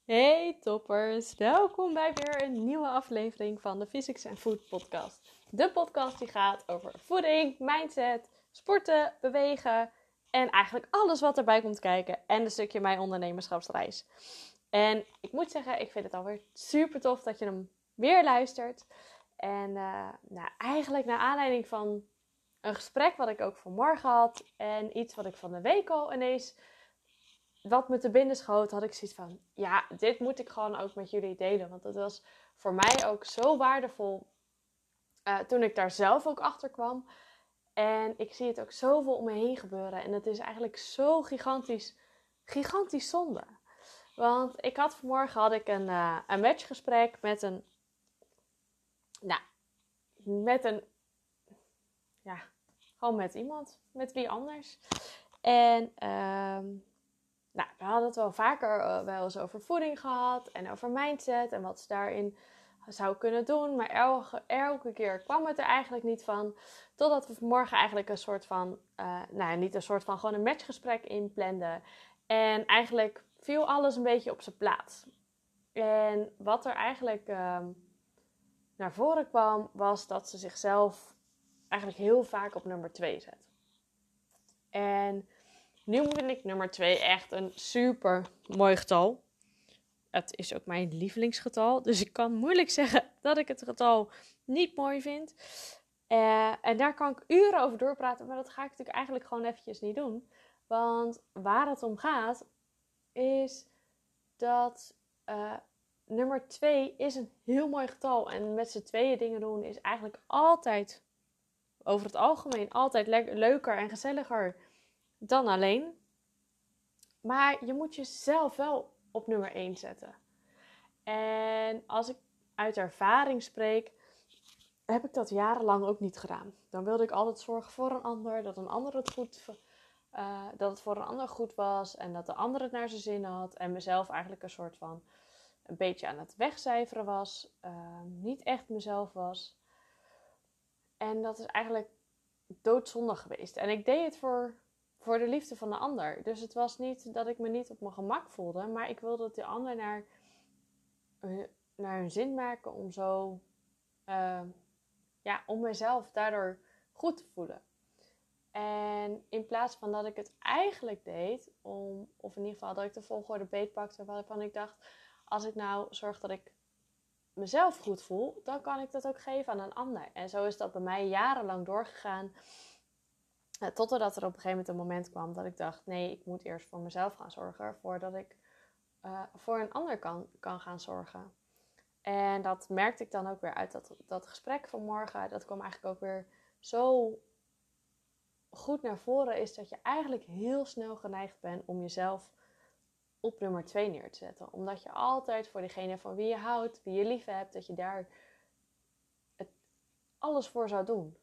Hey toppers, welkom bij weer een nieuwe aflevering van de Physics and Food podcast. De podcast die gaat over voeding, mindset, sporten, bewegen en eigenlijk alles wat erbij komt kijken en een stukje mijn ondernemerschapsreis. En ik moet zeggen, ik vind het alweer super tof dat je hem weer luistert. En eigenlijk naar aanleiding van een gesprek wat ik ook vanmorgen had en iets wat ik van de week al ineens wat me te binnen schoot, had ik zoiets van, ja, dit moet ik gewoon ook met jullie delen. Want het was voor mij ook zo waardevol toen ik daar zelf ook achter kwam. En ik zie het ook zoveel om me heen gebeuren. En het is eigenlijk zo gigantisch zonde. Want ik had vanmorgen een matchgesprek gewoon met iemand, met wie anders. En we hadden het wel vaker wel eens over voeding gehad en over mindset en wat ze daarin zou kunnen doen. Maar elke keer kwam het er eigenlijk niet van. Totdat we vanmorgen eigenlijk een soort van, niet een soort van, gewoon een matchgesprek inplanden. En eigenlijk viel alles een beetje op zijn plaats. En wat er eigenlijk naar voren kwam, was dat ze zichzelf eigenlijk heel vaak op nummer 2 zet. En nu vind ik nummer 2 echt een super mooi getal. Het is ook mijn lievelingsgetal. Dus ik kan moeilijk zeggen dat ik het getal niet mooi vind. En daar kan ik uren over doorpraten. Maar dat ga ik natuurlijk eigenlijk gewoon eventjes niet doen. Want waar het om gaat is dat nummer 2 is een heel mooi getal. En met z'n tweeën dingen doen is eigenlijk altijd, over het algemeen, altijd leuker en gezelliger dan alleen. Maar je moet jezelf wel op nummer 1 zetten. En als ik uit ervaring spreek, heb ik dat jarenlang ook niet gedaan. Dan wilde ik altijd zorgen voor een ander, dat een ander dat het voor een ander goed was en dat de ander het naar zijn zin had. En mezelf eigenlijk een soort van een beetje aan het wegcijferen was. Niet echt mezelf was. En dat is eigenlijk doodzondig geweest. En ik deed het voor de liefde van de ander. Dus het was niet dat ik me niet op mijn gemak voelde. Maar ik wilde dat de ander naar hun zin maken om zo... om mezelf daardoor goed te voelen. En in plaats van dat ik het eigenlijk deed, of in ieder geval dat ik de volgorde beetpakte waarvan ik dacht, als ik nou zorg dat ik mezelf goed voel, dan kan ik dat ook geven aan een ander. En zo is dat bij mij jarenlang doorgegaan. Totdat er op een gegeven moment een moment kwam dat ik dacht, nee, ik moet eerst voor mezelf gaan zorgen, voordat ik voor een ander kan gaan zorgen. En dat merkte ik dan ook weer uit dat gesprek van morgen. Dat kwam eigenlijk ook weer zo goed naar voren. Is dat je eigenlijk heel snel geneigd bent om jezelf op nummer 2 neer te zetten. Omdat je altijd voor diegene van wie je houdt, wie je lief hebt, dat je daar alles voor zou doen.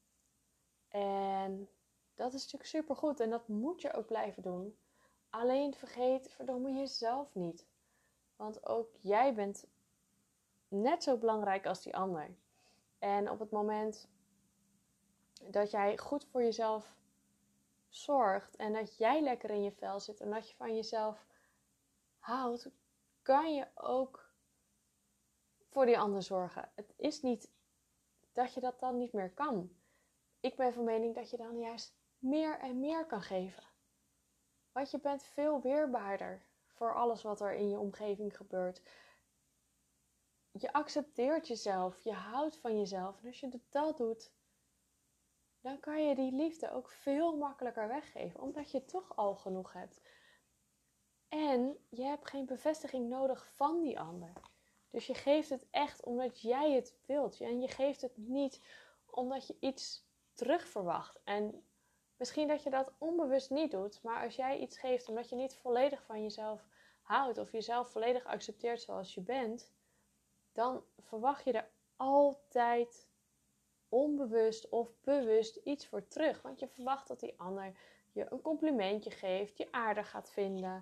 En dat is natuurlijk super goed. En dat moet je ook blijven doen. Alleen vergeet verdomme jezelf niet. Want ook jij bent net zo belangrijk als die ander. En op het moment dat jij goed voor jezelf zorgt en dat jij lekker in je vel zit en dat je van jezelf houdt, kan je ook voor die ander zorgen. Het is niet dat je dat dan niet meer kan. Ik ben van mening dat je dan juist meer en meer kan geven. Want je bent veel weerbaarder voor alles wat er in je omgeving gebeurt. Je accepteert jezelf, je houdt van jezelf. En als je dat doet, dan kan je die liefde ook veel makkelijker weggeven. Omdat je toch al genoeg hebt. En je hebt geen bevestiging nodig van die ander. Dus je geeft het echt omdat jij het wilt. En je geeft het niet omdat je iets terug verwacht. En misschien dat je dat onbewust niet doet. Maar als jij iets geeft omdat je niet volledig van jezelf houdt. Of jezelf volledig accepteert zoals je bent. Dan verwacht je er altijd onbewust of bewust iets voor terug. Want je verwacht dat die ander je een complimentje geeft. Je aardig gaat vinden.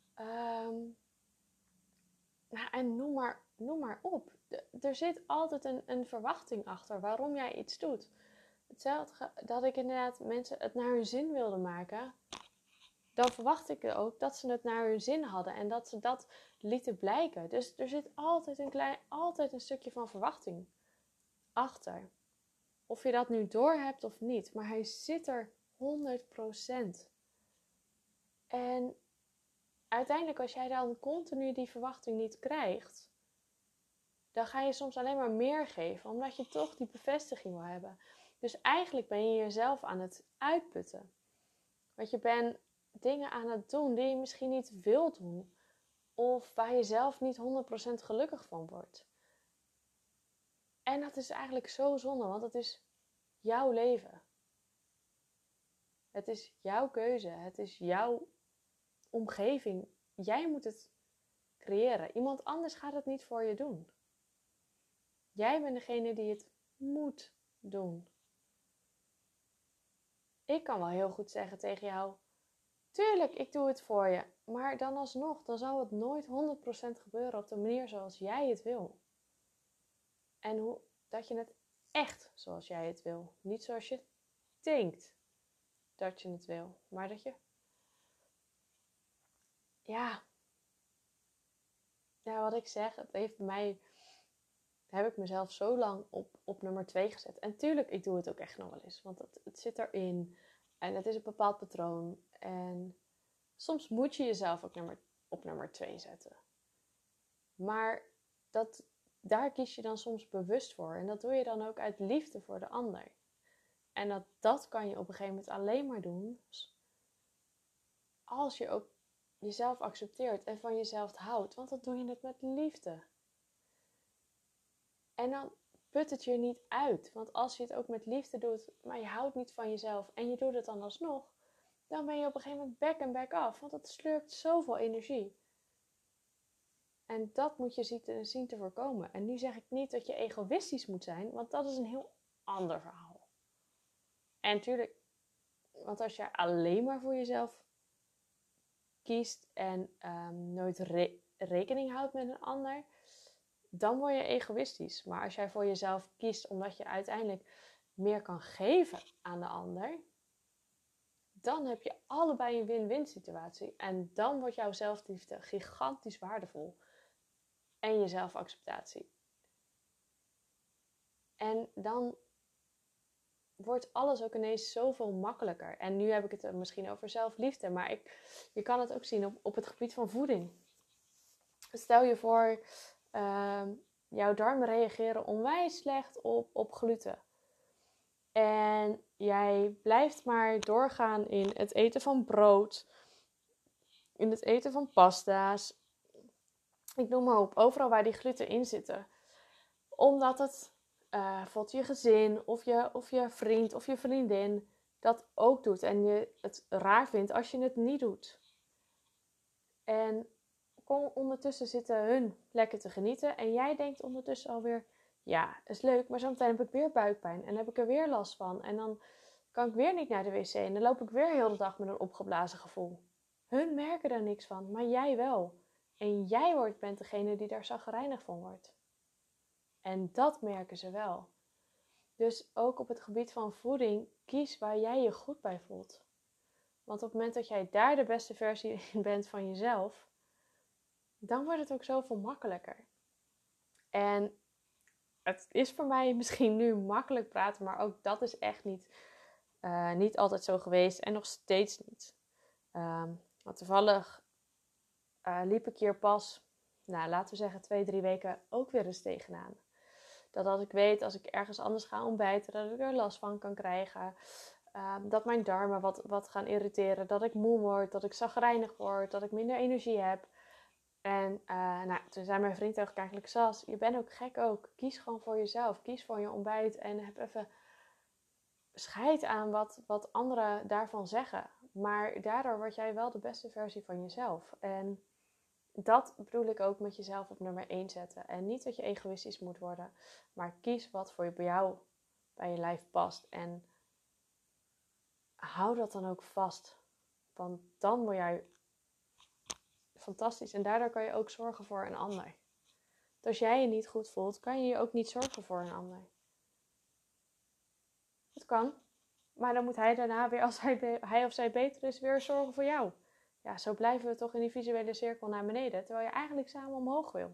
En noem maar op. Er zit altijd een verwachting achter waarom jij iets doet. Hetzelfde dat ik inderdaad mensen het naar hun zin wilde maken. dan verwacht ik ook dat ze het naar hun zin hadden en dat ze dat lieten blijken. Dus er zit altijd een stukje van verwachting achter. Of je dat nu doorhebt of niet, maar hij zit er 100%. En uiteindelijk, als jij dan continu die verwachting niet krijgt, dan ga je soms alleen maar meer geven, omdat je toch die bevestiging wil hebben. Dus eigenlijk ben je jezelf aan het uitputten. Want je bent dingen aan het doen die je misschien niet wilt doen. Of waar je zelf niet 100% gelukkig van wordt. En dat is eigenlijk zo zonde, want het is jouw leven. Het is jouw keuze. Het is jouw omgeving. Jij moet het creëren. Iemand anders gaat het niet voor je doen. Jij bent degene die het moet doen. Ik kan wel heel goed zeggen tegen jou, tuurlijk, ik doe het voor je. Maar dan alsnog, dan zal het nooit 100% gebeuren op de manier zoals jij het wil. En dat je het echt zoals jij het wil. Niet zoals je denkt dat je het wil. Maar dat je... Ja, wat ik zeg, het heeft bij mij... Heb ik mezelf zo lang op nummer 2 gezet. En tuurlijk, ik doe het ook echt nog wel eens. Want het zit erin. En het is een bepaald patroon. En soms moet je jezelf ook op nummer 2 zetten. Maar daar kies je dan soms bewust voor. En dat doe je dan ook uit liefde voor de ander. En dat kan je op een gegeven moment alleen maar doen als je ook jezelf accepteert en van jezelf houdt. Want dan doe je het met liefde. En dan put het je niet uit. Want als je het ook met liefde doet, maar je houdt niet van jezelf en je doet het dan alsnog, dan ben je op een gegeven moment back en back af. Want het slurpt zoveel energie. En dat moet je zien te voorkomen. En nu zeg ik niet dat je egoïstisch moet zijn, want dat is een heel ander verhaal. En natuurlijk, want als je alleen maar voor jezelf kiest en nooit rekening houdt met een ander, dan word je egoïstisch. Maar als jij voor jezelf kiest omdat je uiteindelijk meer kan geven aan de ander, dan heb je allebei een win-win situatie. En dan wordt jouw zelfliefde gigantisch waardevol. En je zelfacceptatie. En dan wordt alles ook ineens zoveel makkelijker. En nu heb ik het misschien over zelfliefde, maar je kan het ook zien op het gebied van voeding. Stel je voor, jouw darmen reageren onwijs slecht op gluten. En jij blijft maar doorgaan in het eten van brood, in het eten van pasta's. Ik noem maar op, overal waar die gluten in zitten. Omdat het bijvoorbeeld je gezin of je vriend of je vriendin dat ook doet. En je het raar vindt als je het niet doet. En ondertussen zitten hun lekker te genieten. En jij denkt ondertussen alweer, ja, is leuk, maar zometeen heb ik weer buikpijn. En heb ik er weer last van. En dan kan ik weer niet naar de wc. En dan loop ik weer heel de dag met een opgeblazen gevoel. Hun merken er niks van, maar jij wel. En jij bent degene die daar chagrijnig van wordt. En dat merken ze wel. Dus ook op het gebied van voeding, kies waar jij je goed bij voelt. Want op het moment dat jij daar de beste versie in bent van jezelf, dan wordt het ook zoveel makkelijker. En het is voor mij misschien nu makkelijk praten, maar ook dat is echt niet altijd zo geweest en nog steeds niet. Want toevallig liep ik hier pas, laten we zeggen 2-3 weken ook weer eens tegenaan. Dat als ik weet, als ik ergens anders ga ontbijten, dat ik er last van kan krijgen. Dat mijn darmen wat gaan irriteren. Dat ik moe word, dat ik chagrijnig word, dat ik minder energie heb. En toen zei mijn vriend ook eigenlijk, Sas, je bent ook gek ook. Kies gewoon voor jezelf. Kies voor je ontbijt en heb even scheid aan wat anderen daarvan zeggen. Maar daardoor word jij wel de beste versie van jezelf. En dat bedoel ik ook met jezelf op nummer 1 zetten. En niet dat je egoïstisch moet worden. Maar kies wat voor bij jou bij je lijf past. En hou dat dan ook vast. Want dan word jij fantastisch. En daardoor kan je ook zorgen voor een ander. Want als jij je niet goed voelt, kan je je ook niet zorgen voor een ander. Het kan. Maar dan moet hij daarna weer, als hij of zij beter is, weer zorgen voor jou. ja, zo blijven we toch in die visuele cirkel naar beneden. Terwijl je eigenlijk samen omhoog wil.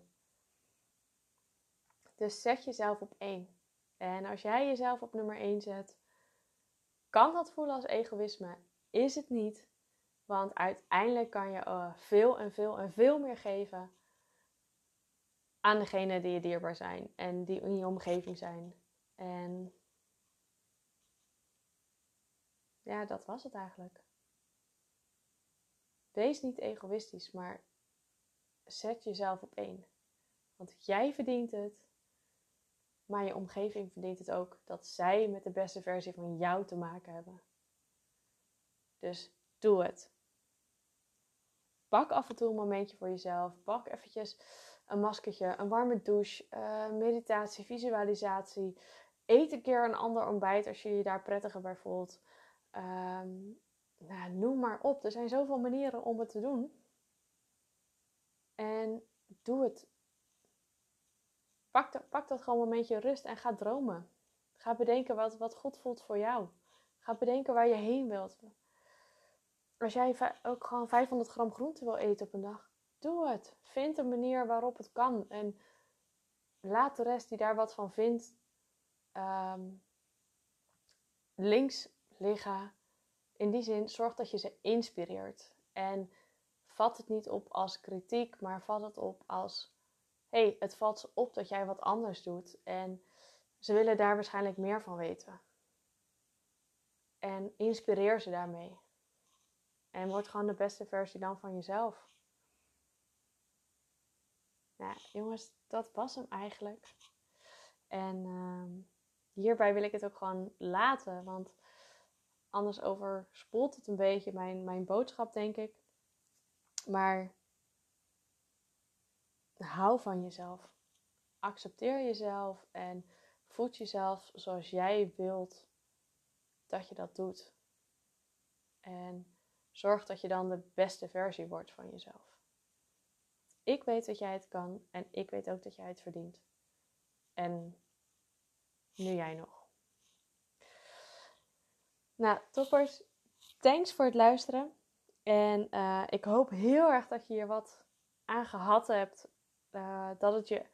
Dus zet jezelf op 1. En als jij jezelf op nummer 1 zet, kan dat voelen als egoïsme? Is het niet. Want uiteindelijk kan je veel en veel en veel meer geven aan degenen die je dierbaar zijn. En die in je omgeving zijn. En ja, dat was het eigenlijk. Wees niet egoïstisch, maar zet jezelf op 1. Want jij verdient het. Maar je omgeving verdient het ook dat zij met de beste versie van jou te maken hebben. Dus doe het. Pak af en toe een momentje voor jezelf. Pak eventjes een maskertje, een warme douche, meditatie, visualisatie. Eet een keer een ander ontbijt als je je daar prettiger bij voelt. Noem maar op. Er zijn zoveel manieren om het te doen. En doe het. Pak dat gewoon een momentje rust en ga dromen. Ga bedenken wat goed voelt voor jou. Ga bedenken waar je heen wilt. Als jij ook gewoon 500 gram groente wil eten op een dag, doe het. Vind een manier waarop het kan. En laat de rest die daar wat van vindt links liggen. In die zin, zorg dat je ze inspireert. En vat het niet op als kritiek, maar vat het op als... hey, het valt ze op dat jij wat anders doet. En ze willen daar waarschijnlijk meer van weten. En inspireer ze daarmee. En word gewoon de beste versie dan van jezelf. Nou, jongens, dat was hem eigenlijk. En hierbij wil ik het ook gewoon laten. Want anders overspoelt het een beetje mijn boodschap, denk ik. Maar hou van jezelf. Accepteer jezelf en voed jezelf zoals jij wilt dat je dat doet. En zorg dat je dan de beste versie wordt van jezelf. Ik weet dat jij het kan en ik weet ook dat jij het verdient. En nu jij nog. Nou, toppers, thanks voor het luisteren. En ik hoop heel erg dat je hier wat aan gehad hebt. Dat het je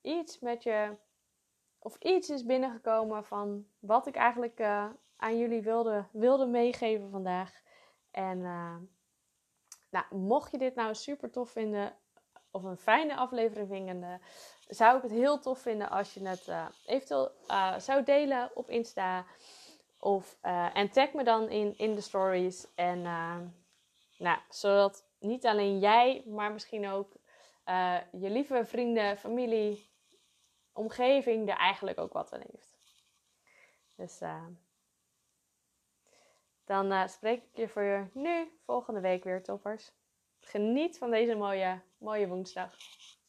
iets is binnengekomen van wat ik eigenlijk aan jullie wilde meegeven vandaag. En mocht je dit nou super tof vinden of een fijne aflevering vinden, zou ik het heel tof vinden als je het eventueel zou delen op Insta. En tag me dan in de stories. En zodat niet alleen jij, maar misschien ook je lieve vrienden, familie, omgeving er eigenlijk ook wat aan heeft. Dus dan spreek ik je voor je nu volgende week weer, toppers. Geniet van deze mooie woensdag.